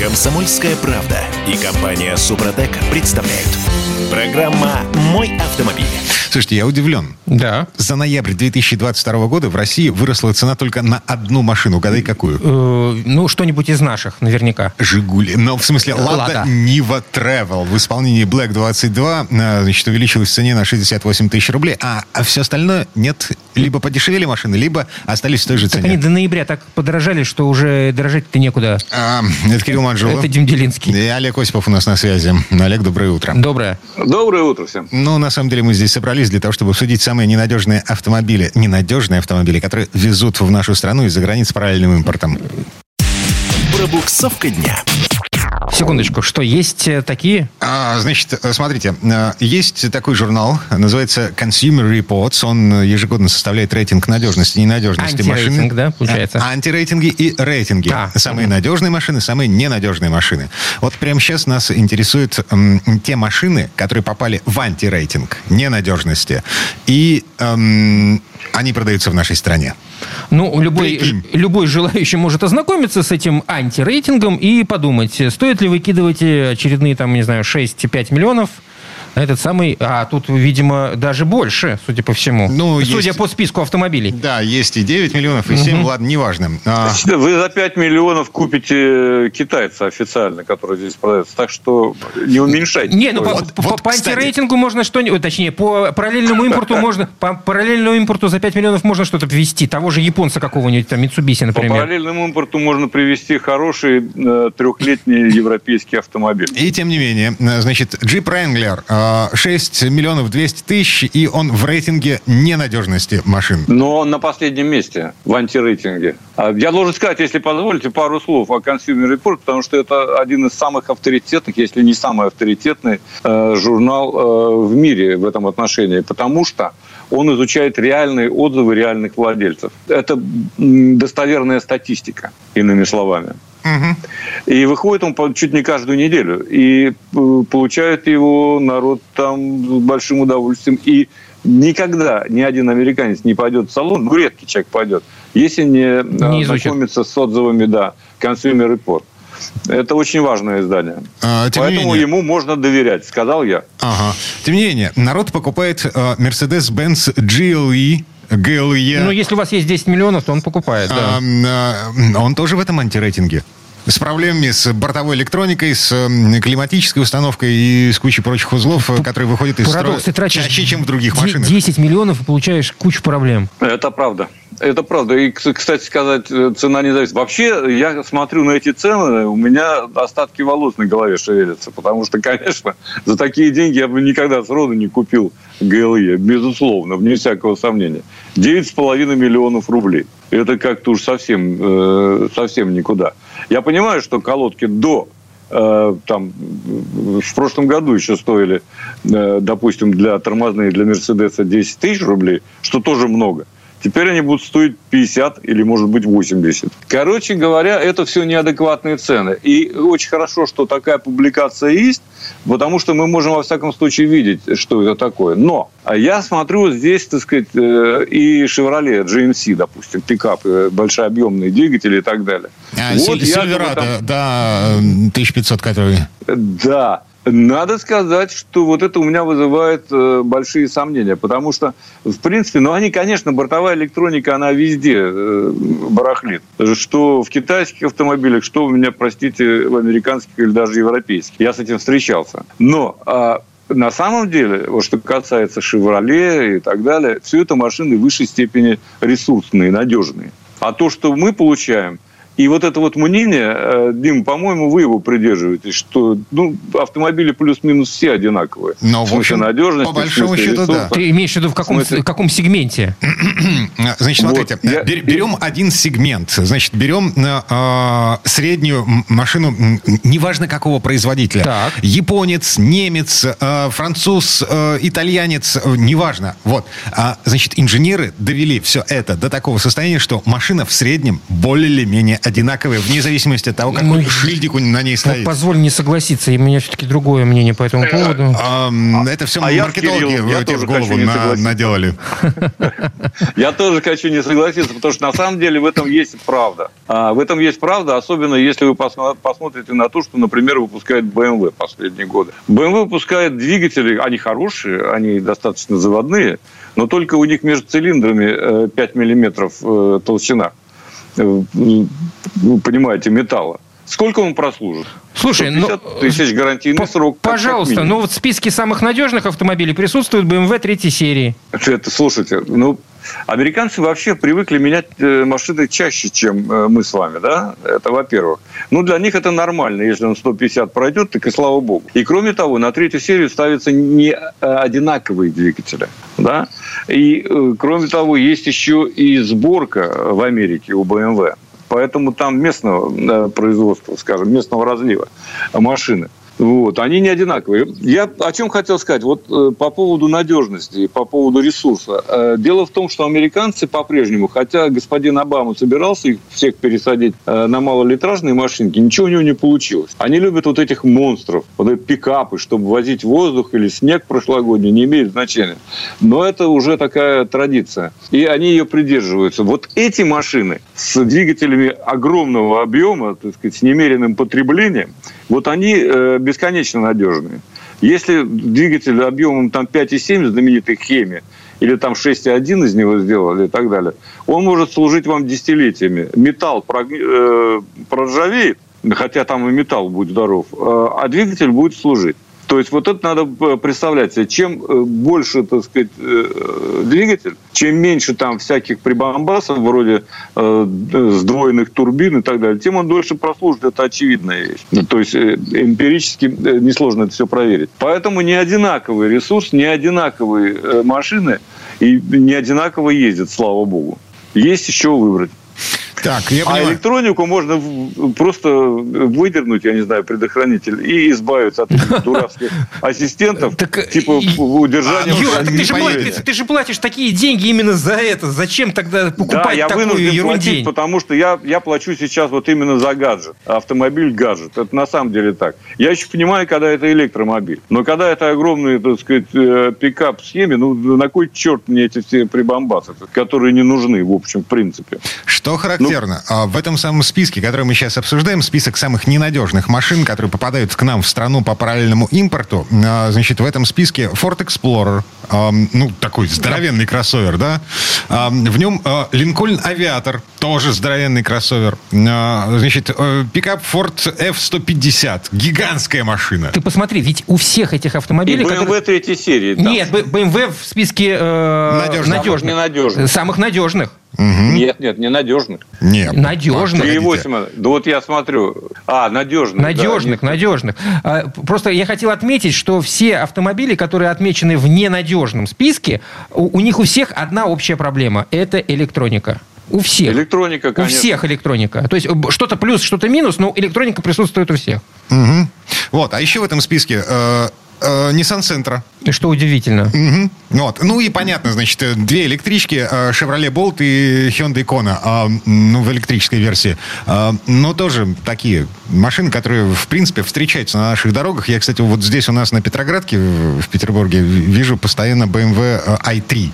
Комсомольская правда и компания «Супротек» представляют. Программа «Мой автомобиль». Слушайте, я удивлен. Да. За ноябрь 2022 года в России выросла цена только на одну машину. Угадай, какую? Ну, что-нибудь из наших, наверняка. «Жигули». Но в смысле, «Лада Нива Travel» в исполнении Black 22, значит, увеличилась в цене на 68 тысяч рублей. А все остальное нет. Либо подешевели машины, либо остались в той же цене. Так они до ноября так подорожали, что уже дорожать-то некуда. Это Кирилл Манжулов. Это Дим Делинский. И Олег Осипов у нас на связи. Олег, доброе утро. Доброе. Доброе утро всем. Ну, на самом деле, мы здесь собрались для того, чтобы обсудить самые ненадежные автомобили, которые везут в нашу страну из-за границ параллельным импортом. Пробуксовка дня. Секундочку, что есть такие? Значит, смотрите, есть такой журнал, называется Consumer Reports. Он ежегодно составляет рейтинг надежности и ненадежности машины. Антирейтинг, да, получается? Антирейтинги и рейтинги. Самые надежные машины, самые ненадежные машины. Вот прямо сейчас нас интересуют те машины, которые попали в антирейтинг ненадежности. И они продаются в нашей стране. Ну, любой желающий может ознакомиться с этим антирейтингом и подумать, стоит ли выкидывать очередные, 6-5 миллионов на этот самый... А тут, видимо, даже больше, судя по всему. Судя по списку автомобилей. Да, есть и 9 миллионов, и 7, ладно, неважно. Вы за 5 миллионов купите китайца официально, который здесь продается. Так что не уменьшайте. Не, по антирейтингу можно что-нибудь... Точнее, по параллельному импорту можно... По параллельному импорту за 5 миллионов можно что-то ввести. Того же японца какого-нибудь, Mitsubishi, например. По параллельному импорту можно привезти хороший трехлетний европейский автомобиль. И тем не менее, значит, Jeep Wrangler 6 миллионов 200 тысяч, и он в рейтинге ненадежности машин. Но он на последнем месте в антирейтинге. Я должен сказать, если позволите, пару слов о Consumer Report, потому что это один из самых авторитетных, если не самый авторитетный журнал в мире в этом отношении, потому что он изучает реальные отзывы реальных владельцев. Это достоверная статистика, иными словами. И выходит он чуть не каждую неделю. И получает его народ там с большим удовольствием. И никогда ни один американец не пойдет в салон, редкий человек пойдет, если не знакомится с отзывами, Consumer Report. Это очень важное издание. Поэтому ему можно доверять, сказал я. Тем не менее, народ покупает Mercedes-Benz GLE. Ну, если у вас есть 10 миллионов, то он покупает, да. Он тоже в этом антирейтинге. С проблемами с бортовой электроникой, с климатической установкой и с кучей прочих узлов, которые выходят из строя чаще, чем в других машинах. 10 миллионов и получаешь кучу проблем. Это правда. Это правда. И, кстати сказать, цена не зависит. Вообще, я смотрю на эти цены, у меня остатки волос на голове шевелятся. Потому что, конечно, за такие деньги я бы никогда сроду не купил GLE. Безусловно, вне всякого сомнения. 9,5 миллионов рублей. Это как-то уж совсем никуда. Я понимаю, что колодки в прошлом году еще стоили, допустим, для тормозных, для Мерседеса 10 тысяч рублей, что тоже много. Теперь они будут стоить 50 или, может быть, 80. Короче говоря, это все неадекватные цены. И очень хорошо, что такая публикация есть, потому что мы можем, во всяком случае, видеть, что это такое. Но я смотрю здесь, так сказать, и Chevrolet GMC, допустим, пикап, большеобъемные двигатели и так далее. Silverado, 1500, который... Да. Надо сказать, что вот это у меня вызывает большие сомнения, потому что, в принципе, они, конечно, бортовая электроника, она везде барахлит. Что в китайских автомобилях, что у меня, простите, в американских или даже европейских. Я с этим встречался. Но на самом деле, вот что касается Chevrolet и так далее, все это машины в высшей степени ресурсные, надежные. А то, что мы получаем... И вот это вот мнение, Дим, по-моему, вы его придерживаетесь, что автомобили плюс-минус все одинаковые. Но, в общем, надежности, по большому счету, да. Ты имеешь в виду в каком сегменте? Значит, смотрите, берем один сегмент. Значит, берем среднюю машину, неважно какого производителя. Так. Японец, немец, француз, итальянец, неважно. Вот. Значит, инженеры довели все это до такого состояния, что машина в среднем более или менее одинаковые, вне зависимости от того, какой шильдик на ней стоит. Позволь не согласиться, и у меня все-таки другое мнение по этому поводу. Это все маркетологи тебе в голову наделали. Я тоже хочу не согласиться, потому что на самом деле в этом есть правда. В этом есть правда, особенно если вы посмотрите на то, что, например, выпускает BMW последние годы. BMW выпускает двигатели, они хорошие, они достаточно заводные, но только у них между цилиндрами 5 миллиметров толщина, вы понимаете, металла. Сколько он прослужит? Слушай, 150 тысяч гарантийный срок. Пожалуйста, но вот в списке самых надежных автомобилей присутствует BMW 3 серии. Слушайте, американцы вообще привыкли менять машины чаще, чем мы с вами, да? Это во-первых. Для них это нормально. Если он 150 пройдет, так и слава богу. И кроме того, на 3 серию ставятся не одинаковые двигатели, да? И кроме того, есть еще и сборка в Америке у BMW. Поэтому там местного производства, скажем, местного разлива машины. Они не одинаковые. Я о чем хотел сказать? По поводу надежности, по поводу ресурса. Дело в том, что американцы по-прежнему, хотя господин Обама собирался их всех пересадить на малолитражные машинки, ничего у него не получилось. Они любят этих монстров, эти пикапы, чтобы возить воздух или снег прошлогодний, не имеет значения. Но это уже такая традиция. И они ее придерживаются. Эти машины с двигателями огромного объема, так сказать, с немеренным потреблением, они бесконечно надежные. Если двигатель объемом 5,7, знаменитый Хеми, или 6,1 из него сделали и так далее, он может служить вам десятилетиями. Металл проржавеет, хотя там и металл будет здоров, а двигатель будет служить. То есть это надо представлять себе. Чем больше, так сказать, двигатель, чем меньше там всяких прибамбасов, вроде сдвоенных турбин и так далее, тем он дольше прослужит. Это очевидная вещь. То есть эмпирически несложно это все проверить. Поэтому не одинаковый ресурс, не одинаковые машины и не одинаково ездят, слава богу. Есть еще выбрать. Так, я понимаю. Электронику можно просто выдернуть, я не знаю, предохранитель и избавиться от этих дурацких ассистентов, типа удержания. Юра, ты же платишь такие деньги именно за это. Зачем тогда покупать такую ерундень? Потому что я плачу сейчас именно за гаджет. Автомобиль-гаджет. Это на самом деле так. Я еще понимаю, когда это электромобиль. Но когда это огромный, так сказать, пикап с Хеми, на кой черт мне эти все прибамбасы, которые не нужны, в общем, в принципе. Что характерно? В этом самом списке, который мы сейчас обсуждаем, список самых ненадежных машин, которые попадают к нам в страну по параллельному импорту, значит, в этом списке Ford Explorer, такой здоровенный кроссовер, да? В нем Lincoln Aviator, тоже здоровенный кроссовер. Значит, пикап Ford F-150, гигантская машина. Ты посмотри, ведь у всех этих автомобилей... И BMW 3 серии. Нет, BMW в списке надежных. Самых надежных. Угу. Нет, не надежных. Нет. Надежных. 3,8. Да я смотрю. Надежных. Надежных. Просто я хотел отметить, что все автомобили, которые отмечены в ненадежном списке, у них у всех одна общая проблема. Это электроника. У всех. Электроника, конечно. У всех электроника. То есть что-то плюс, что-то минус, но электроника присутствует у всех. Угу. А еще в этом списке... Nissan Sentra. И что удивительно. Угу. И понятно, значит, 2 электрички, Chevrolet Bolt и Hyundai Kona, в электрической версии. Но тоже такие машины, которые, в принципе, встречаются на наших дорогах. Я, кстати, здесь у нас на Петроградке, в Петербурге, вижу постоянно BMW i3.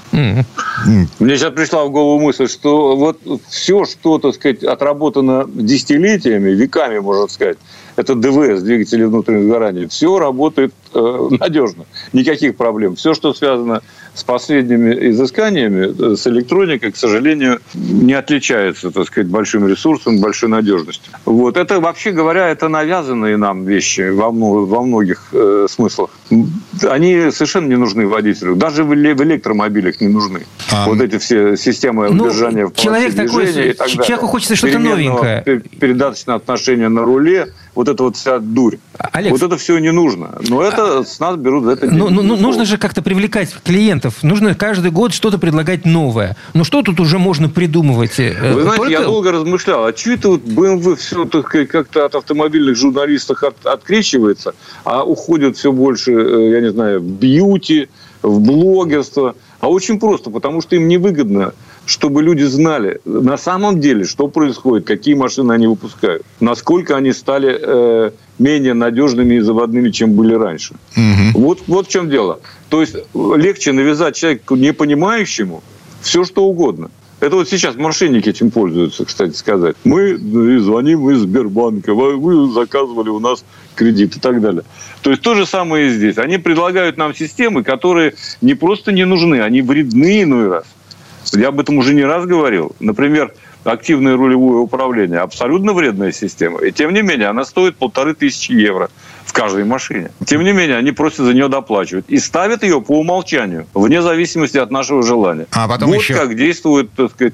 Мне сейчас пришла в голову мысль, что все, что, так сказать, отработано десятилетиями, веками, можно сказать, это ДВС, двигатели внутреннего сгорания, все работает надежно. Никаких проблем. Все, что связано с последними изысканиями, с электроникой, к сожалению, не отличается, так сказать, большим ресурсом, большой надежностью. Это, вообще говоря, это навязанные нам вещи во многих смыслах. Они совершенно не нужны водителю. Даже в электромобилях не нужны. Эти все системы удержания в полосе движения и так далее. Человеку хочется что-то новенькое. Передаточное отношение на руле. Это вся дурь. Алекс, это все не нужно. Но это с нас берут за это деньги. Нужно же как-то привлекать клиентов. Нужно каждый год что-то предлагать новое. Что тут уже можно придумывать? Вы знаете, я долго размышлял. А что это BMW все как-то от автомобильных журналистов открещивается, а уходит все больше, я не знаю, в бьюти, в блогерство. А очень просто, потому что им невыгодно чтобы люди знали на самом деле, что происходит, какие машины они выпускают, насколько они стали менее надежными и заводными, чем были раньше. Вот в чем дело. То есть легче навязать человеку непонимающему все, что угодно. Это вот сейчас мошенники этим пользуются, кстати сказать. Мы звоним из Сбербанка, вы заказывали у нас кредит и так далее. То есть то же самое и здесь. Они предлагают нам системы, которые не просто не нужны, они вредны иной раз. Я об этом уже не раз говорил. Например, активное рулевое управление. Абсолютно вредная система. И тем не менее, она стоит 1500 евро в каждой машине. Тем не менее, они просят за нее доплачивать. И ставят ее по умолчанию, вне зависимости от нашего желания. А потом вот еще... как действует, так сказать...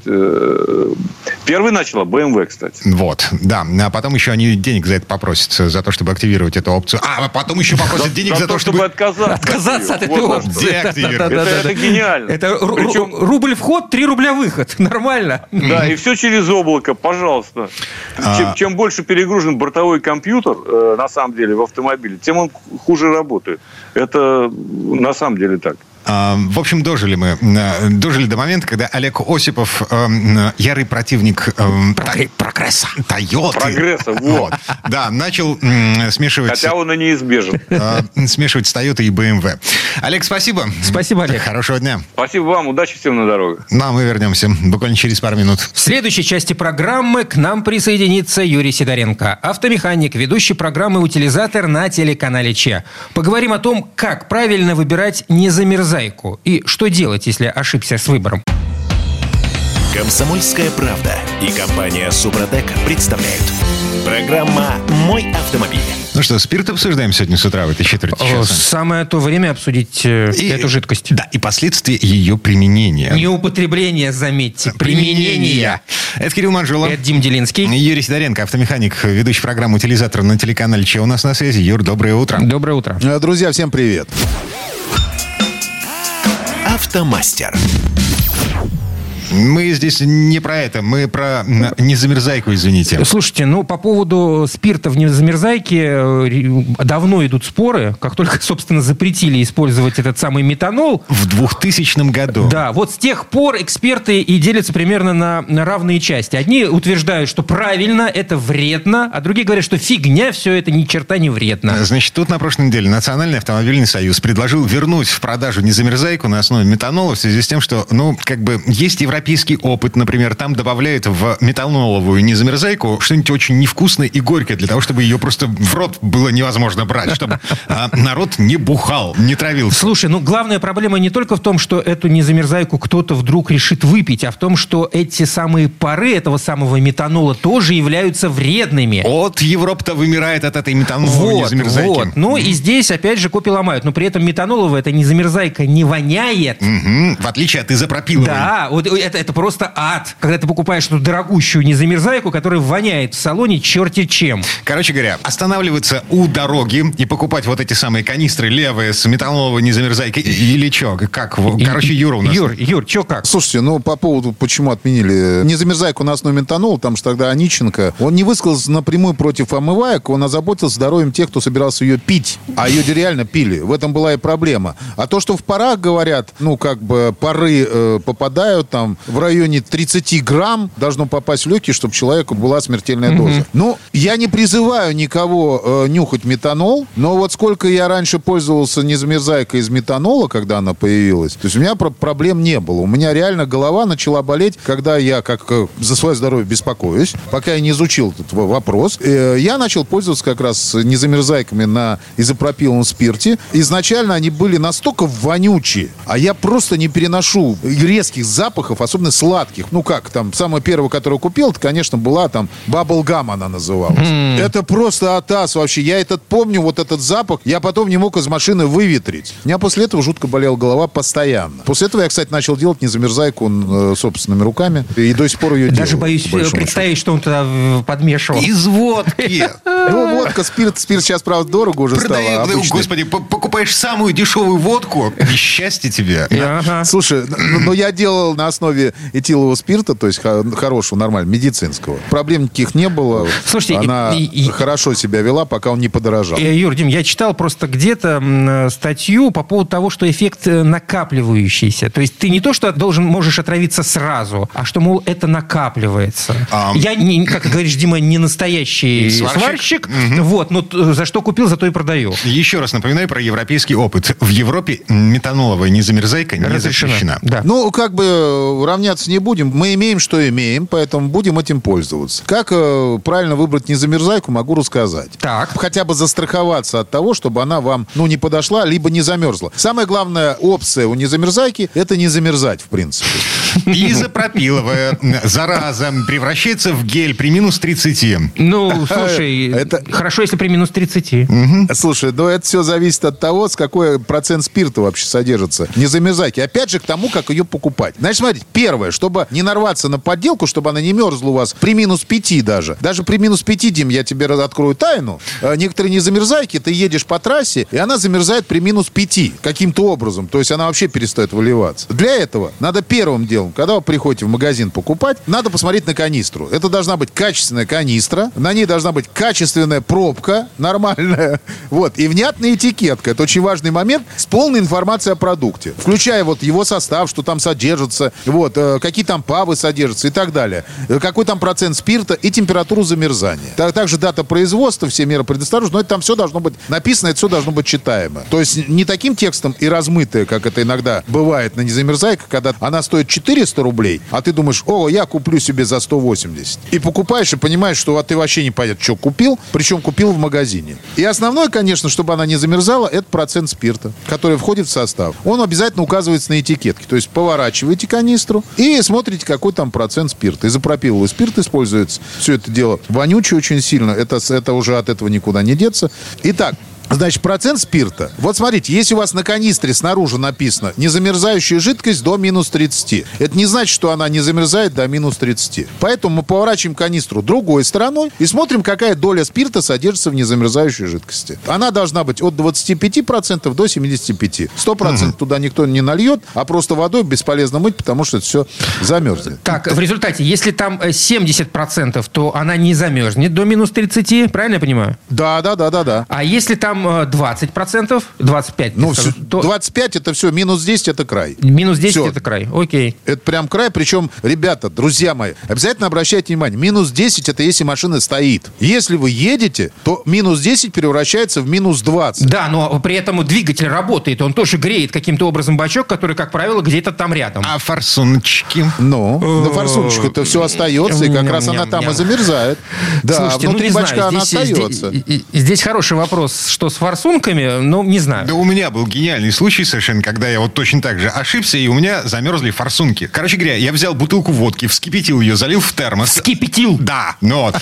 Первый начала BMW, кстати. Вот, да. А потом еще они денег за это попросят, за то, чтобы активировать эту опцию. А потом еще попросят денег за то, чтобы... Отказаться от этой опции. Это гениально. Это рубль вход, 3 рубля выход. Нормально. Да, и все через облако, пожалуйста. Чем больше перегружен бортовой компьютер, на самом деле, в автомобиле, тем он хуже работает. Это на самом деле так. В общем, дожили до момента, когда Олег Осипов, ярый противник прогресса. Тойоты. Прогресса, вот. Да, начал смешивать... Хотя он и неизбежен. Смешивать с Тойотой и BMW. Олег, спасибо. Спасибо, Олег. Хорошего дня. Спасибо вам, удачи всем на дорогах. Ну, а мы вернемся буквально через пару минут. В следующей части программы к нам присоединится Юрий Сидоренко, автомеханик, ведущий программы «Утилизатор» на телеканале ЧЕ. Поговорим о том, как правильно выбирать незамерзайку и что делать, если ошибся с выбором. «Комсомольская правда» и компания «Супротек» представляют. Программа «Мой автомобиль». Ну что, спирт обсуждаем сегодня с утра в этой четверти часа? Самое то время обсудить эту жидкость. Да, и последствия ее применения. Не употребления, заметьте, применения. Это Кирилл Манжула. Это Дим Делинский. Юрий Сидоренко, автомеханик, ведущий программу «Утилизатор» на телеканале ЧЕ. У нас на связи. Юр, доброе утро. Доброе утро. Друзья, всем привет. «Автомастер». Мы здесь не про это, мы про незамерзайку, извините. Слушайте, по поводу спирта в незамерзайке давно идут споры. Как только, собственно, запретили использовать этот самый метанол... В 2000 году. Да, вот с тех пор эксперты и делятся примерно на равные части. Одни утверждают, что правильно, это вредно, а другие говорят, что фигня, все это ни черта не вредно. Значит, тут на прошлой неделе Национальный автомобильный союз предложил вернуть в продажу незамерзайку на основе метанола в связи с тем, что, есть европейский опыт, например, там добавляют в метаноловую незамерзайку что-нибудь очень невкусное и горькое, для того, чтобы ее просто в рот было невозможно брать, чтобы народ не бухал, не травился. Слушай, главная проблема не только в том, что эту незамерзайку кто-то вдруг решит выпить, а в том, что эти самые пары этого самого метанола тоже являются вредными. Европа-то вымирает от этой метаноловой незамерзайки. Вот. И здесь, опять же, копии ломают. Но при этом метаноловая эта незамерзайка не воняет. В отличие от изопропиловой. Да, вот это просто ад, когда ты покупаешь эту дорогущую незамерзайку, которая воняет в салоне черти чем. Короче говоря, останавливаться у дороги и покупать вот эти самые канистры левые с метаноловой незамерзайкой или что? Как? Короче, Юра у нас. Юр, что как? Слушайте, по поводу, почему отменили незамерзайку на основе метанола, потому что тогда Онищенко, он не высказался напрямую против омываек, он озаботился здоровьем тех, кто собирался ее пить. А ее реально пили. В этом была и проблема. А то, что в парах говорят, пары попадают там в районе 30 грамм, должно попасть в легкие, чтобы человеку была смертельная доза. Я не призываю никого нюхать метанол, но вот сколько я раньше пользовался незамерзайкой из метанола, когда она появилась, то есть у меня проблем не было. У меня реально голова начала болеть, когда я за свое здоровье беспокоюсь, пока я не изучил этот вопрос. Я начал пользоваться как раз незамерзайками на изопропиловом спирте. Изначально они были настолько вонючие, а я просто не переношу резких запахов, особенно сладких. Самая первая, которую купил, это, конечно, была Bubblegum она называлась. Это просто атас вообще. Я помню, этот запах, я потом не мог из машины выветрить. У меня после этого жутко болела голова постоянно. После этого я, кстати, начал делать незамерзайку собственными руками. И до сих пор ее делаю. Даже боюсь представить, что он туда подмешивал. Из водки. Ну, водка, спирт сейчас, правда, дорого уже стало. Господи, покупаешь самую дешевую водку, и счастье тебе. Слушай, ну я делал на основе этилового спирта, то есть хорошего, нормального, медицинского. Проблем никаких не было. Слушайте, она хорошо себя вела, пока он не подорожал. Юр, Дим, я читал просто где-то статью по поводу того, что эффект накапливающийся. То есть ты не то, что можешь отравиться сразу, а что, мол, это накапливается. Я, как говоришь, Дима, не настоящий сварщик. Вот, но за что купил, за то и продаю. Еще раз напоминаю про европейский опыт. В Европе метаноловая незамерзайка не запрещена. Да. Ну, как бы равняться не будем. Мы имеем, что имеем, поэтому будем этим пользоваться. Как правильно выбрать незамерзайку, могу рассказать. Так. Хотя бы застраховаться от того, чтобы она вам, не подошла, либо не замерзла. Самая главная опция у незамерзайки – это не замерзать, в принципе. Изопропиловая зараза превращается в гель при минус 30. Ну, слушай, хорошо, если при минус 30. Слушай, это все зависит от того, с какой процент спирта вообще содержится в незамерзайке. Опять же, к тому, как ее покупать. Значит, смотрите, первое, чтобы не нарваться на подделку, чтобы она не мерзла у вас при минус 5 даже. Даже при минус 5, Дим, я тебе открою тайну. Некоторые незамерзайки, ты едешь по трассе, и она замерзает при минус 5 каким-то образом. То есть она вообще перестает выливаться. Для этого надо первым делом, когда вы приходите в магазин покупать, надо посмотреть на канистру. Это должна быть качественная канистра, на ней должна быть качественная пробка, нормальная, вот, и внятная этикетка. Это очень важный момент с полной информацией о продукте, включая вот его состав, что там содержится, вот, какие там ПАВы содержатся и так далее, какой там процент спирта и температуру замерзания. Также дата производства, все меры предосторожности, но это там все должно быть написано, это все должно быть читаемо. То есть не таким текстом и размытое, как это иногда бывает на незамерзайках, когда она стоит 400 рублей, а ты думаешь, я куплю себе за 180. И покупаешь, и понимаешь, что ты вообще не понятно, что купил, причем купил в магазине. И основное, конечно, чтобы она не замерзала, это процент спирта, который входит в состав. Он обязательно указывается на этикетке. То есть поворачиваете канистру и смотрите, какой там процент спирта. Изопропиловый спирт используется. Все это дело вонючее очень сильно. Это уже от этого никуда не деться. Итак, значит, процент спирта. Вот смотрите, если у вас на канистре снаружи написано «незамерзающая жидкость до минус 30», это не значит, что она не замерзает до минус 30. Поэтому мы поворачиваем канистру другой стороной и смотрим, какая доля спирта содержится в незамерзающей жидкости. Она должна быть от 25% до 75%. 100% туда никто не нальет, а просто водой бесполезно мыть, потому что это все замерзнет. Так, в результате, если там 70%, то она не замерзнет до минус 30, правильно я понимаю? Да. А если там 20%, 25%, то... 25 это все, минус 10 это край. Минус 10 все. Это край, окей. Это прям край, причем, ребята, друзья мои, обязательно обращайте внимание, минус 10 это если машина стоит. Если вы едете, то минус 10 превращается в минус 20. Да, но при этом двигатель работает, он тоже греет каким-то образом бачок, который, как правило, где-то там рядом. А форсуночки? На форсуночку это все остается, и как раз она там и замерзает. Да, слушайте, внутри бачка она остается. Здесь хороший вопрос, что с форсунками, не знаю. Да у меня был гениальный случай совершенно, когда я вот точно так же ошибся, и у меня замерзли форсунки. Короче говоря, я взял бутылку водки, вскипятил ее, залил в термос. Вскипятил? Да. Вот.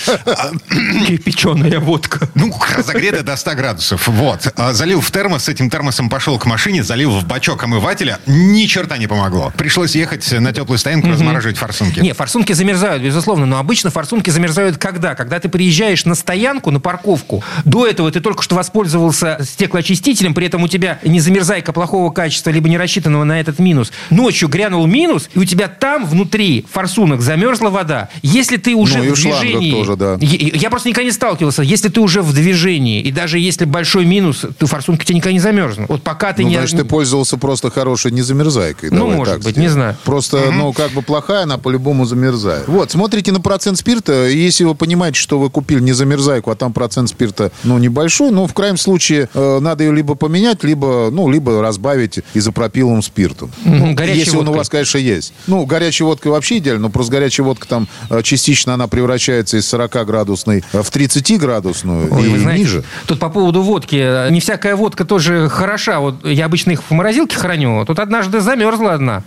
Кипяченая водка. Разогретая до 100 градусов. Вот. Залил в термос, с этим термосом пошел к машине, залил в бачок омывателя. Ни черта не помогло. Пришлось ехать на теплую стоянку, размораживать форсунки. Не, форсунки замерзают, безусловно, но обычно форсунки замерзают когда? Когда ты приезжаешь на стоянку, на парковку. До этого ты только что воспользовался стеклоочистителем, при этом у тебя незамерзайка плохого качества, либо не рассчитанного на этот минус. Ночью грянул минус, и у тебя там внутри форсунок замерзла вода. Если ты уже в движении... тоже, да. Я просто никогда не сталкивался. Если ты уже в движении, и даже если большой минус, то форсунки тебе никогда не замерзнут. Вот пока ты не... Значит, ты пользовался просто хорошей незамерзайкой. Может быть, не знаю. Просто, плохая, она по-любому замерзает. Вот, смотрите на процент спирта. Если вы понимаете, что вы купили незамерзайку, а там процент спирта, небольшой, в крайнем случае надо ее либо поменять, либо разбавить изопропиловым спиртом. Если он у вас, конечно, есть. Горячая водка вообще идеально, но просто горячая водка там частично она превращается из 40-градусной в 30-градусную и знаете, ниже. Тут по поводу водки. Не всякая водка тоже хороша. Вот я обычно их в морозилке храню. Тут однажды замерзла одна.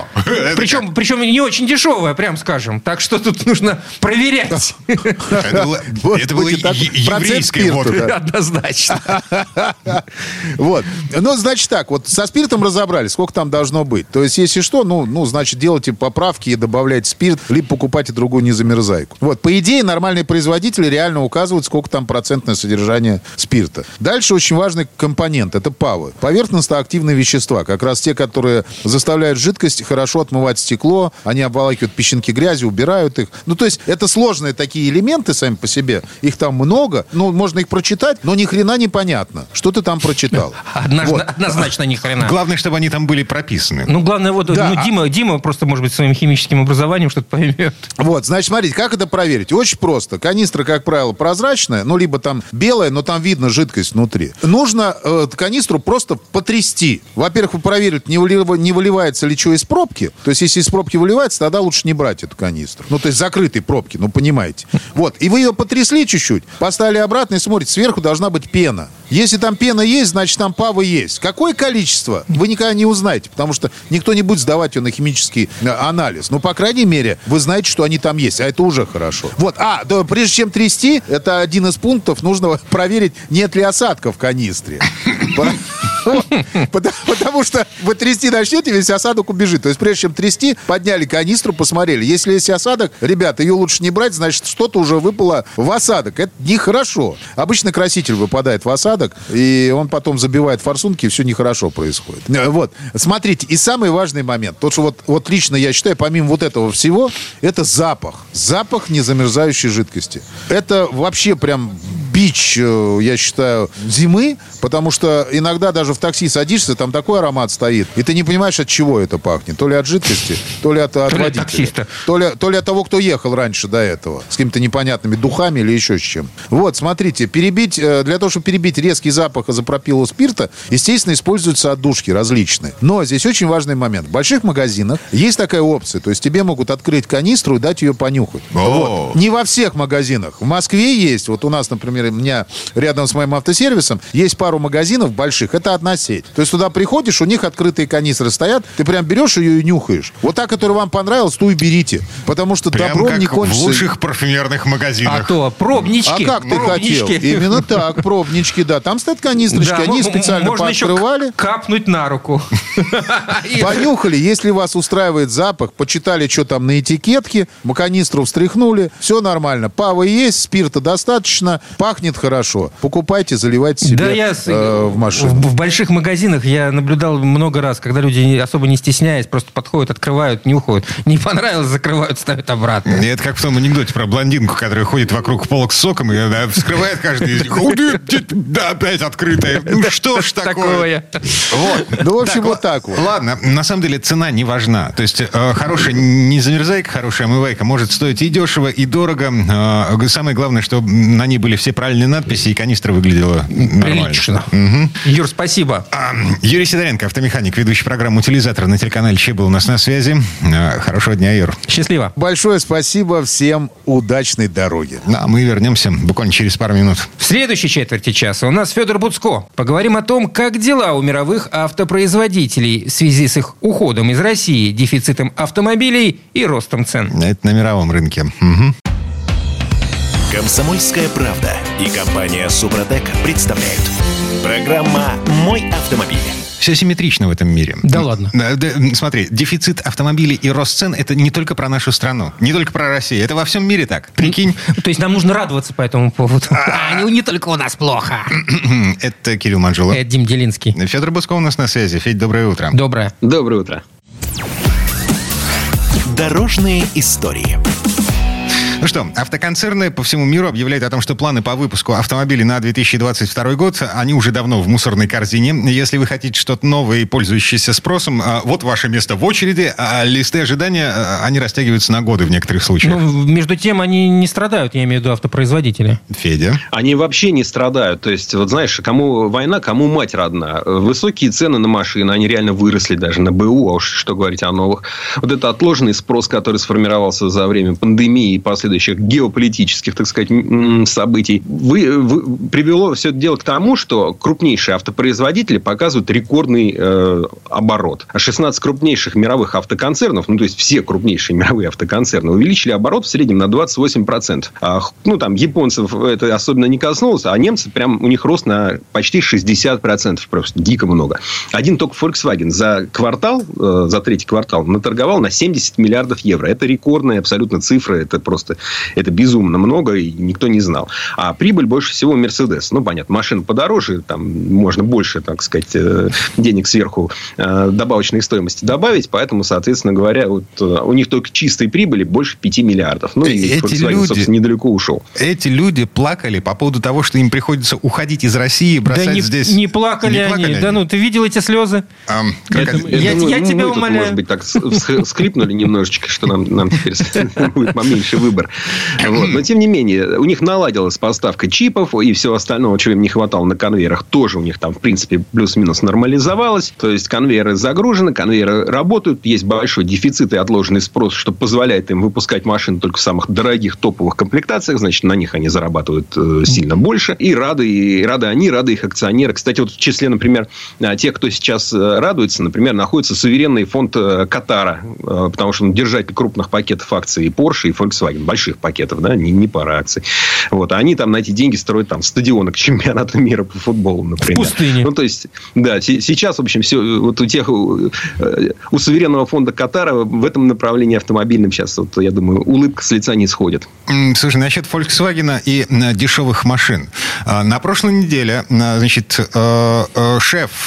Причем не очень дешевая, прям скажем. Так что тут нужно проверять. Это была еврейская водка. Однозначно. Вот. Ну, значит так, вот со спиртом разобрались, сколько там должно быть. То есть, если что, значит, делайте поправки и добавляйте спирт, либо покупайте другую незамерзайку. Вот. По идее, нормальные производители реально указывают, сколько там процентное содержание спирта. Дальше очень важный компонент. Это ПАВы. Поверхностно-активные вещества. Как раз те, которые заставляют жидкость хорошо отмывать стекло. Они обволакивают песчинки грязи, убирают их. Ну, то есть, это сложные такие элементы сами по себе. Их там много. Ну, можно их прочитать, но ни хрена не понятно, что ты там прочитал. Однозначно ни хрена. Главное, чтобы они там были прописаны. Ну, главное, вот да. Дима просто, может быть, своим химическим образованием что-то поймет. Вот, значит, смотрите, как это проверить? Очень просто. Канистра, как правило, прозрачная, либо там белая, но там видно жидкость внутри. Нужно канистру просто потрясти. Во-первых, проверить, не выливается ли что из пробки. То есть, если из пробки выливается, тогда лучше не брать эту канистру. Ну, то есть, закрытой пробки, понимаете. Вот, и вы ее потрясли чуть-чуть, поставили обратно и смотрите, сверху должна быть пена. Если там пена есть, значит, там ПАВы есть. Какое количество? Вы никогда не узнаете, потому что никто не будет сдавать ее на химический анализ. Но, по крайней мере, вы знаете, что они там есть, а это уже хорошо. Вот, прежде чем трясти, это один из пунктов, нужно проверить, нет ли осадка в канистре. Потому что вы трясти начнете, весь осадок убежит. То есть, прежде чем трясти, подняли канистру, посмотрели. Если есть осадок, ребята, ее лучше не брать, значит, что-то уже выпало в осадок. Это нехорошо. Обычно краситель выпадает в осадок, и он потом забивает форсунки, и все нехорошо происходит. Вот. Смотрите, и самый важный момент. То, что вот лично я считаю, помимо вот этого всего, это запах. Запах незамерзающей жидкости. Это вообще прям бич, я считаю, зимы, потому что иногда даже в такси садишься, там такой аромат стоит, и ты не понимаешь, от чего это пахнет. То ли от жидкости, то ли от водителя. То ли от того, кто ехал раньше до этого, с какими-то непонятными духами или еще с чем. Вот, смотрите, для того, чтобы перебить резкий запах изопропилового спирта, естественно, используются отдушки различные. Но здесь очень важный момент. В больших магазинах есть такая опция, то есть тебе могут открыть канистру и дать ее понюхать. Вот. Не во всех магазинах. В Москве есть, вот у нас, например, у меня рядом с моим автосервисом есть пару магазинов больших, это одна сеть. То есть туда приходишь, у них открытые канистры стоят, ты прям берешь ее и нюхаешь. Вот та, которая вам понравилась, ту и берите. Потому что прям добром не кончится. В лучших парфюмерных магазинах. А то пробнички. А как ты хотел? Именно так, пробнички, да. Там стоят канистрочки, они специально пооткрывали. Капнуть на руку. Понюхали, если вас устраивает запах, почитали, что там на этикетке, канистру встряхнули, все нормально. ПАВы есть, спирта достаточно, пахнет хорошо. Покупайте, заливайте себе в машину. В больших магазинах я наблюдал много раз, когда люди, особо не стесняясь, просто подходят, открывают, нюхают. Не понравилось, закрывают, ставят обратно. Это как в том анекдоте про блондинку, которая ходит вокруг полок с соком и вскрывает каждый из них. Да, опять открытая. Ну что ж такое? Вот. Ну, в общем, вот так вот. Ладно, на самом деле цена не важна. То есть хорошая незамерзайка, хорошая омывайка может стоить и дешево, и дорого. Самое главное, чтобы на ней были все правильные надписи, и канистра выглядела нормально. Прилично. Юр, спасибо. Юрий Сидоренко, автомеханик, ведущий программу «Утилизатор» на телеканале ЧЕ был у нас на связи. Хорошего дня, Юр. Счастливо. Большое спасибо, всем удачной дороги. А мы вернемся буквально через пару минут. В следующей четверти часа у нас Федор Буцко. Поговорим о том, как дела у мировых автопроизводителей в связи с их уходом из России, дефицитом автомобилей и ростом цен. Это на мировом рынке. Угу. «Комсомольская правда» и компания «Супротек» представляют. Программа «Мой автомобиль». Все симметрично в этом мире. Да ладно. Смотри, дефицит автомобилей и рост цен — это не только про нашу страну, не только про Россию. Это во всем мире так. Прикинь. То есть нам нужно радоваться по этому поводу. Не только у нас плохо. Это Кирилл Манжулов. Это Дим Делинский. Федор Буцко у нас на связи. Федь, доброе утро. Доброе. Доброе утро. Дорожные истории. Ну что, автоконцерны по всему миру объявляют о том, что планы по выпуску автомобилей на 2022 год, они уже давно в мусорной корзине. Если вы хотите что-то новое и пользующееся спросом, вот ваше место в очереди, а листы ожидания, они растягиваются на годы в некоторых случаях. Ну, между тем, они не страдают, я имею в виду автопроизводители. Федя? Они вообще не страдают. То есть, вот знаешь, кому война, кому мать родна. Высокие цены на машины, они реально выросли даже на БУ, а уж что говорить о новых. Вот это отложенный спрос, который сформировался за время пандемии и последующих последующих геополитических, так сказать, событий, привело все это дело к тому, что крупнейшие автопроизводители показывают рекордный оборот. 16 крупнейших мировых автоконцернов, то есть все крупнейшие мировые автоконцерны, увеличили оборот в среднем на 28%. Там японцев это особенно не коснулось, а немцы прям у них рост на почти 60%. Просто дико много. Один только Volkswagen за третий квартал наторговал на 70 миллиардов евро. Это рекордная абсолютно цифра. Это безумно много, и никто не знал. А прибыль больше всего у Mercedes. Понятно, машина подороже, там можно больше, так сказать, денег сверху добавочной стоимости добавить, поэтому, соответственно говоря, у них только чистой прибыли больше 5 миллиардов. И Volkswagen, собственно, недалеко ушел. Эти люди плакали по поводу того, что им приходится уходить из России и бросать здесь... Не плакали они. Да ты видел эти слезы? Я тебя умоляю. Может быть, так скрипнули немножечко, что нам теперь будет поменьше выбор. Но, тем не менее, у них наладилась поставка чипов и всего остального, чего им не хватало на конвейерах, тоже у них там, в принципе, плюс-минус нормализовалось. То есть, конвейеры загружены, конвейеры работают, есть большой дефицит и отложенный спрос, что позволяет им выпускать машины только в самых дорогих топовых комплектациях. Значит, на них они зарабатывают сильно больше. И рады их акционеры. Кстати, в числе, например, тех, кто сейчас радуется, например, находится суверенный фонд Катара, потому что он держатель крупных пакетов акций и Porsche, и Volkswagen, больших пакетов, да, не пара акций. А они там на эти деньги строят там стадионы к чемпионату мира по футболу, например. В пустыне. То есть, да, сейчас, в общем, все у суверенного фонда Катара в этом направлении автомобильном сейчас, я думаю, улыбка с лица не сходит. Слушай, насчет Volkswagen и дешевых машин. На прошлой неделе, значит, шеф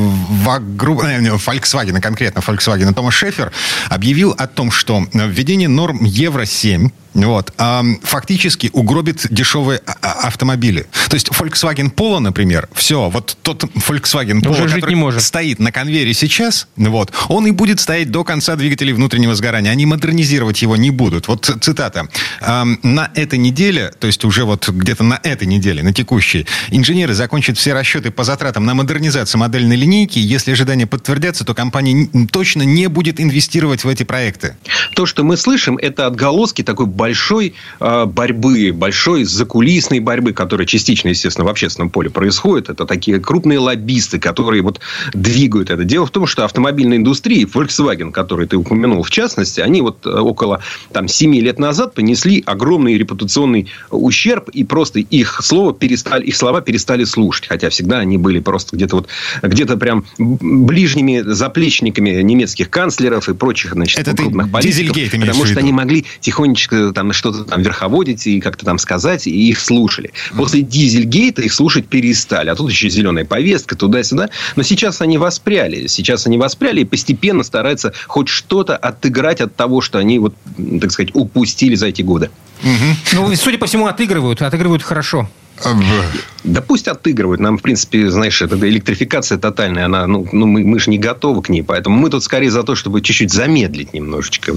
Volkswagen, конкретно Volkswagen, Томас Шефер, объявил о том, что введение норм Евро-7 фактически угробит дешевые автомобили. То есть Volkswagen Polo, например, все, тот Volkswagen Polo, который стоит на конвейере сейчас, он и будет стоять до конца двигателей внутреннего сгорания. Они модернизировать его не будут. Цитата. На этой неделе, то есть уже где-то на этой неделе, на текущей, инженеры закончат все расчеты по затратам на модернизацию модельной линейки. Если ожидания подтвердятся, то компания точно не будет инвестировать в эти проекты. То, что мы слышим, это отголоски такой большой борьбы, большой закулисной борьбы, которая частично, естественно, в общественном поле происходит. Это такие крупные лоббисты, которые двигают это. Дело в том, что автомобильная индустрия, Volkswagen, который ты упомянул в частности, они около 7 лет назад понесли огромный репутационный ущерб, и просто их слова перестали слушать. Хотя всегда они были просто где-то прям ближними заплечниками немецких канцлеров и прочих, крупных политиков. Потому что они могли тихонечко что-то верховодить и как-то сказать, и их слушали. После Дизельгейта их слушать перестали. А тут еще зеленая повестка, туда-сюда. Но сейчас они воспряли. И постепенно стараются хоть что-то отыграть от того, что они, так сказать, упустили за эти годы. Судя по всему, отыгрывают хорошо. Да пусть отыгрывают. Нам, в принципе, знаешь, эта электрификация тотальная, она, мы же не готовы к ней. Поэтому мы тут скорее за то, чтобы чуть-чуть замедлить немножечко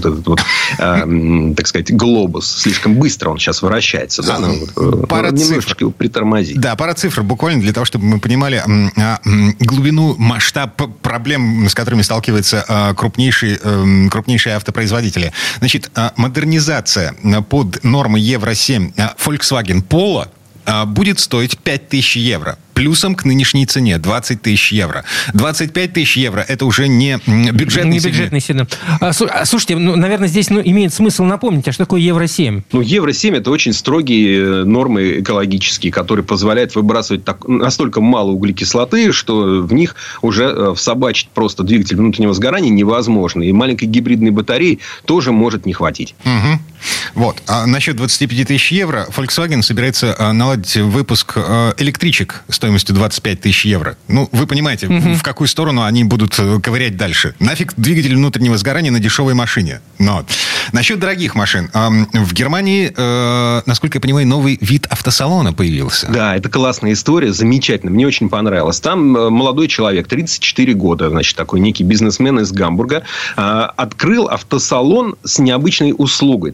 так сказать, глобус. Слишком быстро он сейчас вращается. Немножечко притормозить. Да, пара цифр буквально для того, чтобы мы понимали глубину, масштаб проблем, с которыми сталкиваются крупнейшие автопроизводители. Значит, модернизация под нормы Евро-7 Volkswagen Polo будет стоить 5000 евро. Плюсом к нынешней цене 20 тысяч евро. 25 тысяч евро – это уже не бюджетный сегмент. Слушайте, наверное, здесь имеет смысл напомнить, а что такое Евро-7? Евро-7 – это очень строгие нормы экологические, которые позволяют выбрасывать настолько мало углекислоты, что в них уже всобачить просто двигатель внутреннего сгорания невозможно. И маленькой гибридной батареи тоже может не хватить. Угу. А насчет 25 тысяч евро Volkswagen собирается наладить выпуск электричек стоимостью 25 тысяч евро. Вы понимаете, в какую сторону они будут ковырять дальше. Нафиг двигатель внутреннего сгорания на дешевой машине. Но насчет дорогих машин. В Германии, насколько я понимаю, новый вид автосалона появился. Да, это классная история, замечательно. Мне очень понравилось. Там молодой человек, 34 года, такой некий бизнесмен из Гамбурга, открыл автосалон с необычной услугой. То есть,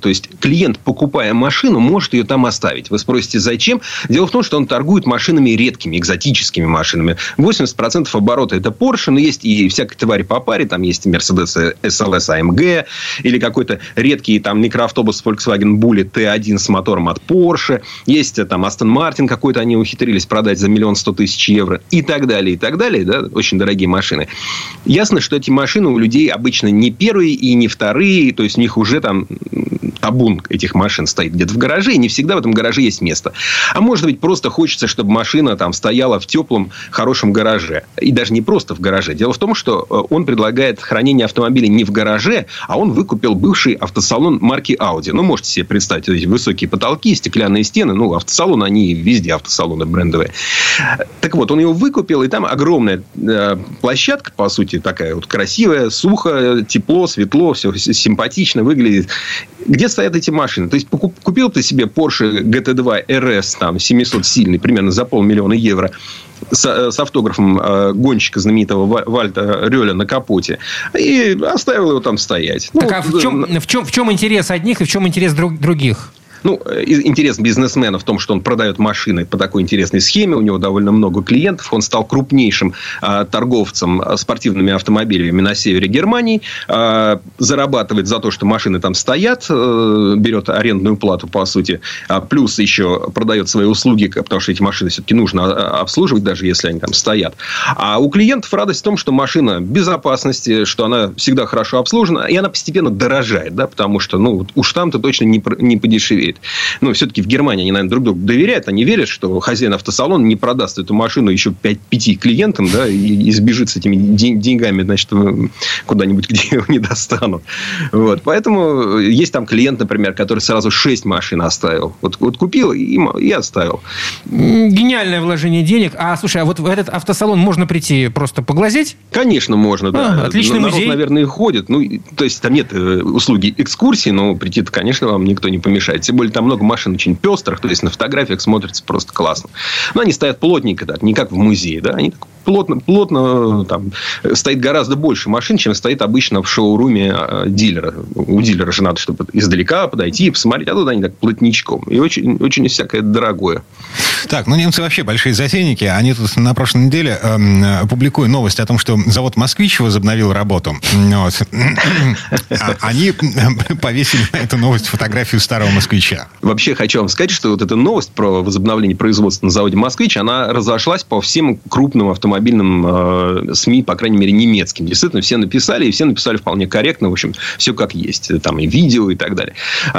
клиент, покупая машину, может ее там оставить. Вы спросите, зачем? Дело в том, что он торгует машинами редкими, экзотическими машинами. 80% оборота это Porsche, но есть и всякая тварь по паре. Там есть Mercedes SLS AMG или какой-то редкий там микроавтобус Volkswagen Bullet T1 с мотором от Porsche. Есть там Aston Martin какой-то, они ухитрились продать за 1 100 000 евро. И так далее, и так далее. Да? Очень дорогие машины. Ясно, что эти машины у людей обычно не первые и не вторые. То есть, у них уже там табун этих машин стоит где-то в гараже. И не всегда в этом гараже есть место. А может быть, просто хочется, чтобы машина там стояла в теплом, хорошем гараже. И даже не просто в гараже. Дело в том, что он предлагает хранение автомобиля не в гараже, а он выкупил бывший автосалон марки Audi. Ну, можете себе представить эти высокие потолки, стеклянные стены. Ну, автосалоны, они везде автосалоны брендовые. Так вот, он его выкупил, и там огромная площадка, по сути, такая вот красивая, сухо, тепло, светло, все симпатично выглядит. Где стоят эти машины? То есть, купил ты себе Porsche GT2 RS, там, 700-сильный, примерно за 500 000 евро, с автографом гонщика знаменитого Вальта Рёля на капоте, и оставил его там стоять. Так, а в чем интерес одних и в чем интерес других? Ну, интерес бизнесмена в том, что он продает машины по такой интересной схеме. У него довольно много клиентов. Он стал крупнейшим торговцем спортивными автомобилями на севере Германии. Зарабатывает за то, что машины там стоят. Берет арендную плату, по сути. Плюс еще продает свои услуги, потому что эти машины все-таки нужно обслуживать, даже если они там стоят. А у клиентов радость в том, что машина в безопасности, что она всегда хорошо обслужена. И она постепенно дорожает. Да, потому что уж там-то точно не подешевеет. Ну, все-таки в Германии они, наверное, друг другу доверяют. Они верят, что хозяин автосалона не продаст эту машину еще 5 клиентам, да, и сбежит с этими деньгами, значит, куда-нибудь, где его не достанут. Вот. Поэтому есть там клиент, например, который сразу 6 машин оставил. Вот купил и оставил. Гениальное вложение денег. А, слушай, а вот в этот автосалон можно прийти просто поглазеть? Конечно, можно, да. Отличный народ, музей. наверное, и ходит. Ну, то есть, там нет услуги экскурсии, но прийти-то, конечно, вам никто не помешает. Тем более, там много машин очень пестрых. То есть, на фотографиях смотрится просто классно. Но они стоят плотненько так, не как в музее. Да? Они так плотно там, стоит гораздо больше машин, чем стоит обычно в шоуруме дилера. У дилера же надо, чтобы издалека подойти и посмотреть. А тут они так плотничком. И очень, очень всякое дорогое. Так, немцы вообще большие затейники. Они тут на прошлой неделе публикуя новость о том, что завод «Москвич» возобновил работу. Вот. Они повесили на эту новость фотографию старого «Москвича». Вообще, хочу вам сказать, что вот эта новость про возобновление производства на заводе «Москвич», она разошлась по всем крупным автомобильным СМИ, по крайней мере, немецким. Действительно, все написали, и все написали вполне корректно. В общем, все как есть. Там и видео, и так далее.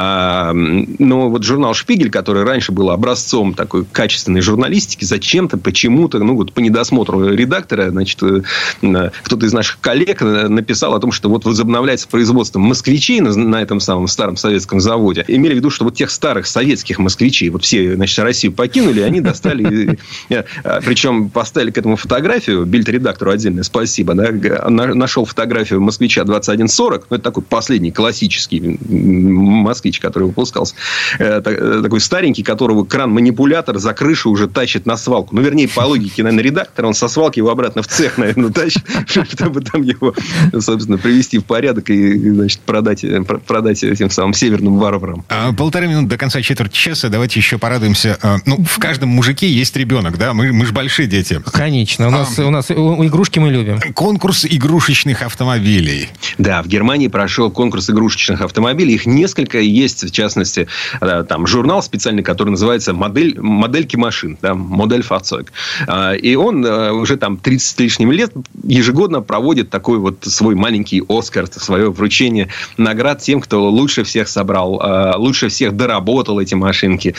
Но вот журнал «Шпигель», который раньше был образцом такой качественной журналистики, зачем-то, почему-то, по недосмотру редактора, значит, кто-то из наших коллег написал о том, что вот возобновляется производство «Москвичей» на этом самом старом советском заводе. Имели в виду, что вот тех старых советских «Москвичей», вот все, значит, Россию покинули, они достали, причем поставили к этому фотографию, бильд-редактору отдельное спасибо, да, нашел фотографию «Москвича 2140», это такой последний классический «Москвич», который выпускался, такой старенький, которого кран-манипулятор за крышу уже тащит на свалку. Вернее, по логике, наверное, редактора, он со свалки его обратно в цех, наверное, тащит, чтобы там его, собственно, привести в порядок и, значит, продать этим самым северным варварам. 1,5 минуты до конца четверти часа. Давайте еще порадуемся. В каждом мужике есть ребенок, да? Мы же большие дети. Конечно. У нас игрушки мы любим. Конкурс игрушечных автомобилей. Да, в Германии прошел конкурс игрушечных автомобилей. Их несколько. Есть, в частности, там журнал специальный, который называется «Модельки машин». Да, «Модель Фахцойг». И он уже там 30 с лишним лет ежегодно проводит такой вот свой маленький «Оскар», свое вручение наград тем, кто лучше всех собрал, лучше всех доработал эти машинки,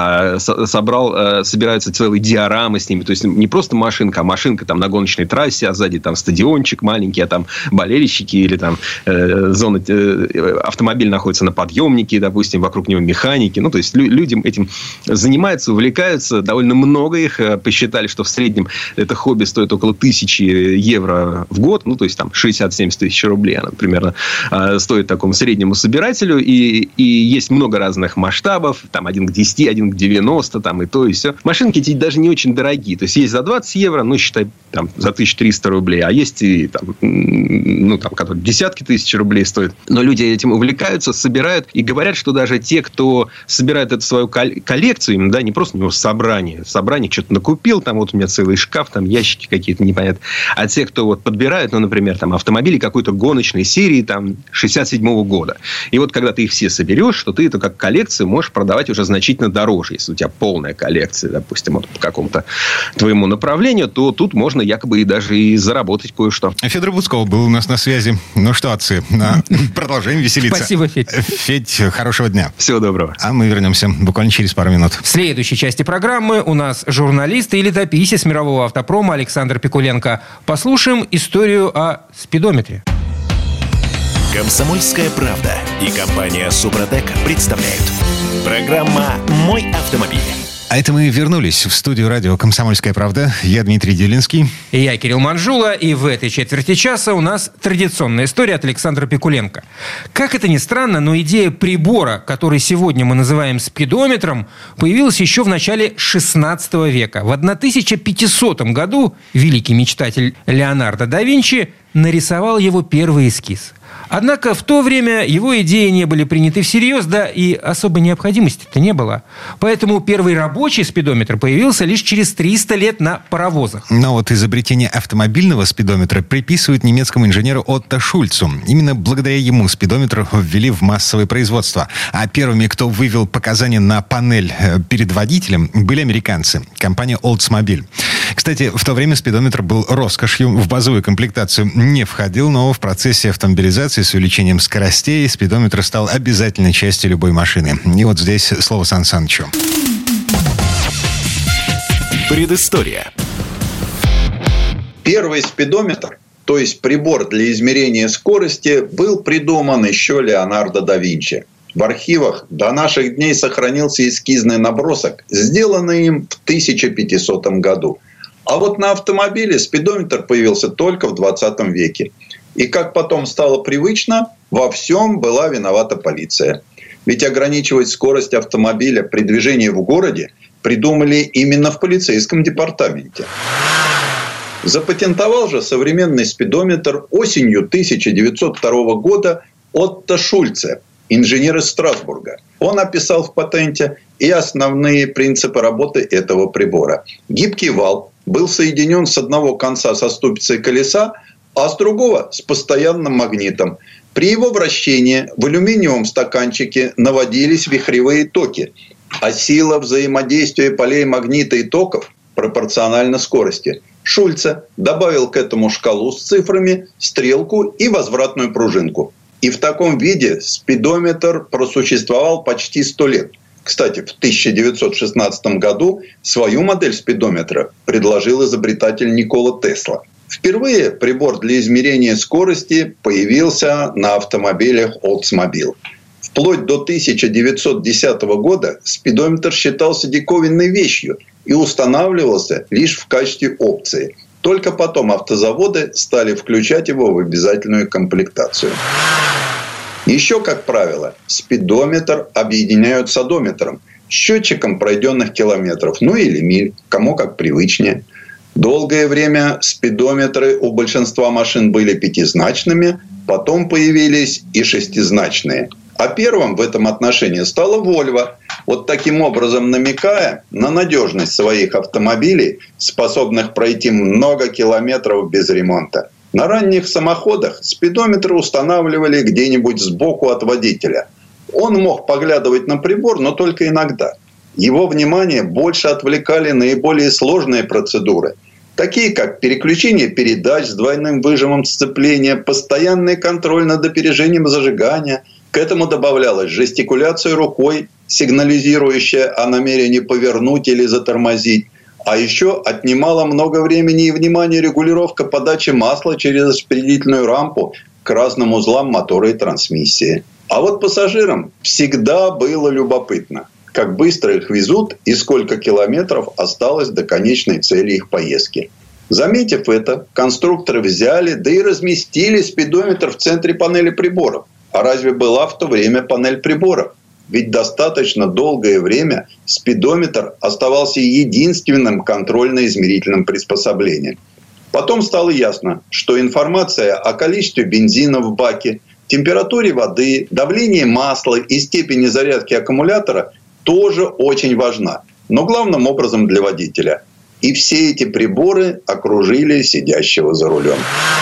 собираются целые диорамы с ними. То есть, не просто машинка, а машинка там на гоночной трассе, а сзади там стадиончик маленький, а там болельщики или там автомобиль находится на подъемнике, допустим, вокруг него механики. То есть, люди этим занимаются, увлекаются. занимаются. Довольно много их. Посчитали, что в среднем это хобби стоит около 1000 евро в год. Ну, то есть, там, 60-70 тысяч рублей, она примерно стоит такому среднему собирателю. И есть много разных масштабов. Там, 1 к 10, 1 к 90, там, и то, и все. Машинки эти даже не очень дорогие. То есть, есть за 20 евро, ну, считай, там, за 1300 рублей. А есть и, там, ну, там, которые десятки тысяч рублей стоят. Но люди этим увлекаются, собирают. И говорят, что даже те, кто собирает эту свою коллекцию, именно, да, не просто у него собрание. Собрание что-то накупил, там вот у меня целый шкаф, там ящики какие-то непонятные. А те, кто вот подбирают, ну, например, там автомобили какой-то гоночной серии, там, 67-го года. И вот когда ты их все соберешь, то ты это как коллекцию можешь продавать уже значительно дороже. Если у тебя полная коллекция, допустим, вот по какому-то твоему направлению, то тут можно якобы и даже и заработать кое-что. Федор Буцков был у нас на связи. Ну что, отцы, продолжаем веселиться. Спасибо, Федь. Федь, хорошего дня. Всего доброго. А мы вернемся буквально через пару минут. В следующей части программы у нас журналист и летописец мирового автопрома Александр Пикуленко. Послушаем историю о спидометре. «Комсомольская правда» и компания «Супротек» представляют. Программа «Мой автомобиль». А это мы вернулись в студию радио «Комсомольская правда». Я Дмитрий Делинский. И я Кирилл Манжула. И в этой четверти часа у нас традиционная история от Александра Пикуленко. Как это ни странно, но идея прибора, который сегодня мы называем спидометром, появилась еще в начале 16 века. В 1500 году великий мечтатель Леонардо да Винчи нарисовал его первый эскиз. Однако в то время его идеи не были приняты всерьез, да и особой необходимости-то не было. Поэтому первый рабочий спидометр появился лишь через 300 лет на паровозах. Но вот изобретение автомобильного спидометра приписывают немецкому инженеру Отто Шульцу. Именно благодаря ему спидометр ввели в массовое производство. А первыми, кто вывел показания на панель перед водителем, были американцы. Компания Oldsmobile. Кстати, в то время спидометр был роскошью, в базовую комплектацию не входил, но в процессе автомобилизации с увеличением скоростей спидометр стал обязательной частью любой машины. И вот здесь слово Сан Санычу. Предыстория. Первый спидометр, то есть прибор для измерения скорости, был придуман еще Леонардо да Винчи. В архивах до наших дней сохранился эскизный набросок, сделанный им в 1500 году. А вот на автомобиле спидометр появился только в 20 веке. И, как потом стало привычно, во всем была виновата полиция. Ведь ограничивать скорость автомобиля при движении в городе придумали именно в полицейском департаменте. Запатентовал же современный спидометр осенью 1902 года Отто Шульце, инженер из Страсбурга. Он описал в патенте и основные принципы работы этого прибора. Гибкий вал был соединен с одного конца со ступицей колеса, а с другого с постоянным магнитом. При его вращении в алюминиевом стаканчике наводились вихревые токи, а сила взаимодействия полей магнита и токов пропорциональна скорости. Шульце добавил к этому шкалу с цифрами, стрелку и возвратную пружинку. И в таком виде спидометр просуществовал почти 100 лет. Кстати, в 1916 году свою модель спидометра предложил изобретатель Никола Тесла. Впервые прибор для измерения скорости появился на автомобилях Oldsmobile. Вплоть до 1910 года спидометр считался диковинной вещью и устанавливался лишь в качестве опции. Только потом автозаводы стали включать его в обязательную комплектацию. Еще, как правило, спидометр объединяют с одометром, счетчиком пройденных километров, ну или миль, кому как привычнее. Долгое время спидометры у большинства машин были пятизначными, потом появились и шестизначные. А первым в этом отношении стала Volvo, вот таким образом намекая на надежность своих автомобилей, способных пройти много километров без ремонта. На ранних самоходах спидометры устанавливали где-нибудь сбоку от водителя. Он мог поглядывать на прибор, но только иногда. Его внимание больше отвлекали наиболее сложные процедуры, такие как переключение передач с двойным выжимом сцепления, постоянный контроль над опережением зажигания. К этому добавлялась жестикуляция рукой, сигнализирующая о намерении повернуть или затормозить. А еще отнимало много времени и внимания регулировка подачи масла через распределительную рампу к разным узлам мотора и трансмиссии. А вот пассажирам всегда было любопытно, как быстро их везут и сколько километров осталось до конечной цели их поездки. Заметив это, конструкторы взяли, да и разместили спидометр в центре панели приборов. А разве была в то время панель приборов? Ведь достаточно долгое время спидометр оставался единственным контрольно-измерительным приспособлением. Потом стало ясно, что информация о количестве бензина в баке, температуре воды, давлении масла и степени зарядки аккумулятора тоже очень важна. Но главным образом для водителя. И все эти приборы окружили сидящего за рулем.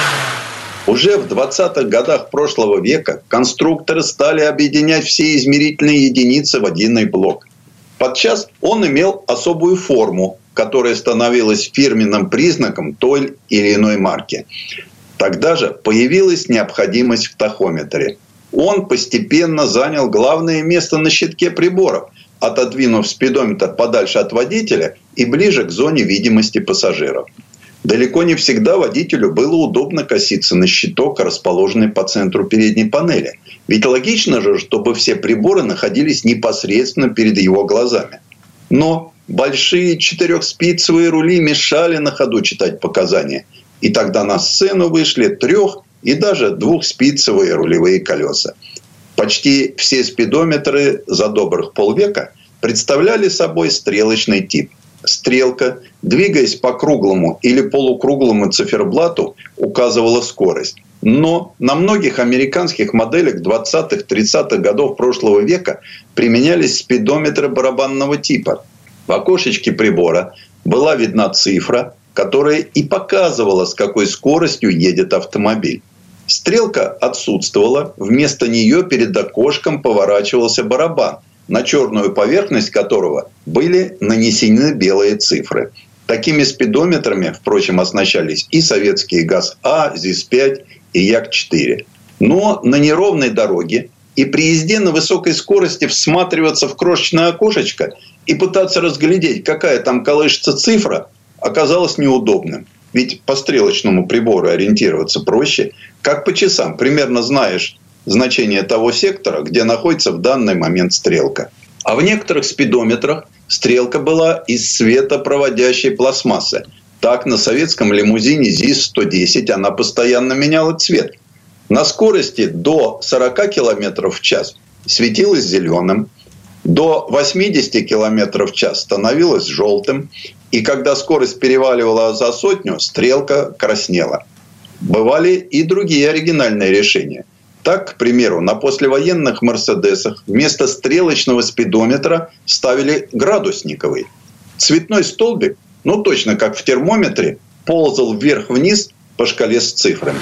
Уже в 20-х годах прошлого века конструкторы стали объединять все измерительные единицы в единый блок. Подчас он имел особую форму, которая становилась фирменным признаком той или иной марки. Тогда же появилась необходимость в тахометре. Он постепенно занял главное место на щитке приборов, отодвинув спидометр подальше от водителя и ближе к зоне видимости пассажиров. Далеко не всегда водителю было удобно коситься на щиток, расположенный по центру передней панели. Ведь логично же, чтобы все приборы находились непосредственно перед его глазами. Но большие четырехспицевые рули мешали на ходу читать показания. И тогда на сцену вышли 3- и даже 2-спицевые рулевые колеса. Почти все спидометры за добрых полвека представляли собой стрелочный тип. Стрелка, двигаясь по круглому или полукруглому циферблату, указывала скорость. Но на многих американских моделях 20-30-х годов прошлого века применялись спидометры барабанного типа. В окошечке прибора была видна цифра, которая и показывала, с какой скоростью едет автомобиль. Стрелка отсутствовала, вместо нее перед окошком поворачивался барабан, на черную поверхность которого были нанесены белые цифры. Такими спидометрами, впрочем, оснащались и советские ГАЗ-А, ЗИС-5 и Як-4. Но на неровной дороге и при езде на высокой скорости всматриваться в крошечное окошечко и пытаться разглядеть, какая там колышется цифра, оказалось неудобным. Ведь по стрелочному прибору ориентироваться проще, как по часам. Примерно знаешь значение того сектора, где находится в данный момент стрелка. А в некоторых спидометрах стрелка была из светопроводящей пластмассы. Так, на советском лимузине ЗИС-110 она постоянно меняла цвет. На скорости до 40 км в час светилась зеленым, до 80 км в час становилась желтым, и когда скорость переваливала за 100, стрелка краснела. Бывали и другие оригинальные решения. Так, к примеру, на послевоенных «Мерседесах» вместо стрелочного спидометра ставили градусниковый. Цветной столбик, точно как в термометре, ползал вверх-вниз по шкале с цифрами.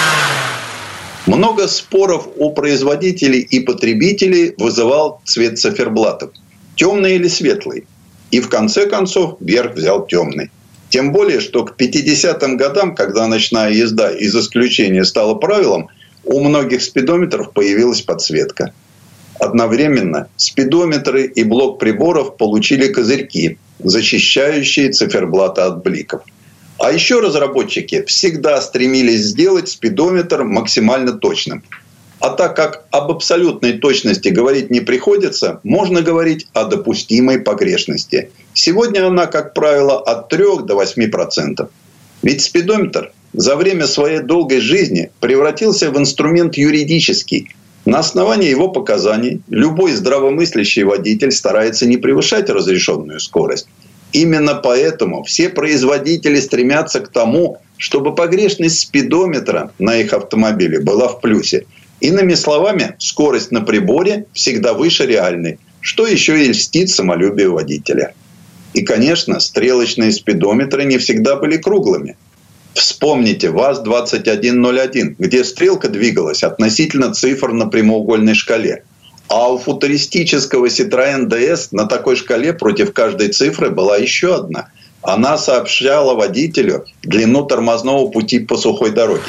Много споров у производителей и потребителей вызывал цвет циферблатов. Темный или светлый. И в конце концов верх взял темный. Тем более, что к 50-м годам, когда ночная езда из исключения стала правилом, у многих спидометров появилась подсветка. Одновременно спидометры и блок приборов получили козырьки, защищающие циферблаты от бликов. А еще разработчики всегда стремились сделать спидометр максимально точным. А так как об абсолютной точности говорить не приходится, можно говорить о допустимой погрешности. Сегодня она, как правило, от 3 до 8%. Ведь спидометр за время своей долгой жизни превратился в инструмент юридический. На основании его показаний любой здравомыслящий водитель старается не превышать разрешенную скорость. Именно поэтому все производители стремятся к тому, чтобы погрешность спидометра на их автомобиле была в плюсе. Иными словами, скорость на приборе всегда выше реальной, что еще и льстит самолюбию водителя. И, конечно, стрелочные спидометры не всегда были круглыми. Вспомните ВАЗ-2101, где стрелка двигалась относительно цифр на прямоугольной шкале. А у футуристического Citroën DS на такой шкале против каждой цифры была еще одна. Она сообщала водителю длину тормозного пути по сухой дороге.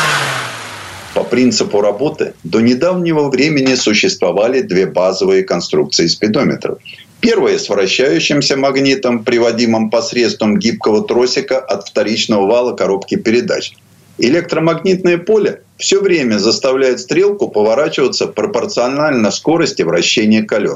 По принципу работы до недавнего времени существовали две базовые конструкции спидометров. Первая с вращающимся магнитом, приводимым посредством гибкого тросика от вторичного вала коробки передач. Электромагнитное поле все время заставляет стрелку поворачиваться пропорционально скорости вращения колес.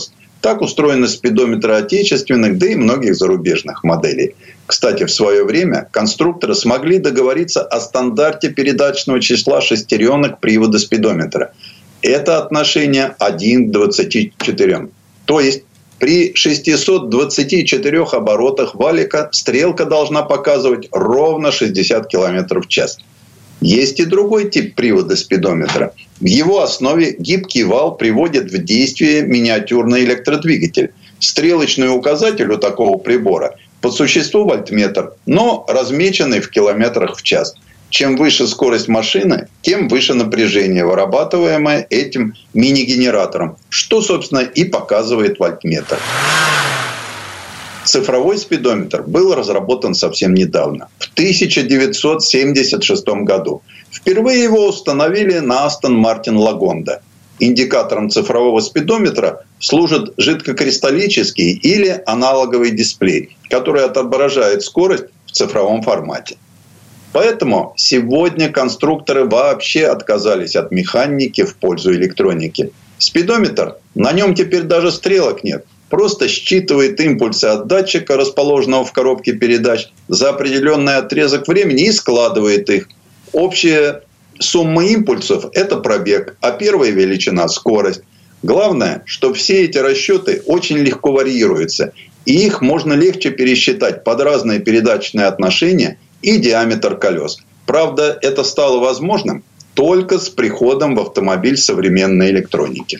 Так устроены спидометры отечественных, да и многих зарубежных моделей. Кстати, в свое время конструкторы смогли договориться о стандарте передаточного числа шестеренок привода спидометра. Это отношение 1 к 24. То есть при 624 оборотах валика стрелка должна показывать ровно 60 км в час. Есть и другой тип привода спидометра. В его основе гибкий вал приводит в действие миниатюрный электродвигатель. Стрелочный указатель у такого прибора по существу вольтметр, но размеченный в километрах в час. Чем выше скорость машины, тем выше напряжение, вырабатываемое этим мини-генератором, что, собственно, и показывает вольтметр. Цифровой спидометр был разработан совсем недавно, в 1976 году. Впервые его установили на Aston Martin Lagonda. Индикатором цифрового спидометра служит жидкокристаллический или аналоговый дисплей, который отображает скорость в цифровом формате. Поэтому сегодня конструкторы вообще отказались от механики в пользу электроники. Спидометр, на нем теперь даже стрелок нет. Просто считывает импульсы от датчика, расположенного в коробке передач, за определенный отрезок времени и складывает их. Общая сумма импульсов – это пробег, а первая величина – скорость. Главное, что все эти расчеты очень легко варьируются, и их можно легче пересчитать под разные передаточные отношения и диаметр колес. Правда, это стало возможным только с приходом в автомобиль современной электроники.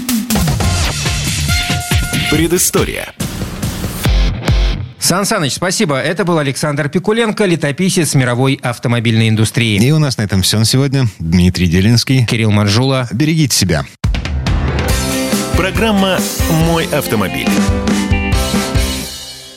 Предыстория. Сан Саныч, спасибо. Это был Александр Пикуленко, летописец мировой автомобильной индустрии. И у нас на этом все на сегодня. Дмитрий Делинский. Кирилл Манжула. Берегите себя. Программа «Мой автомобиль».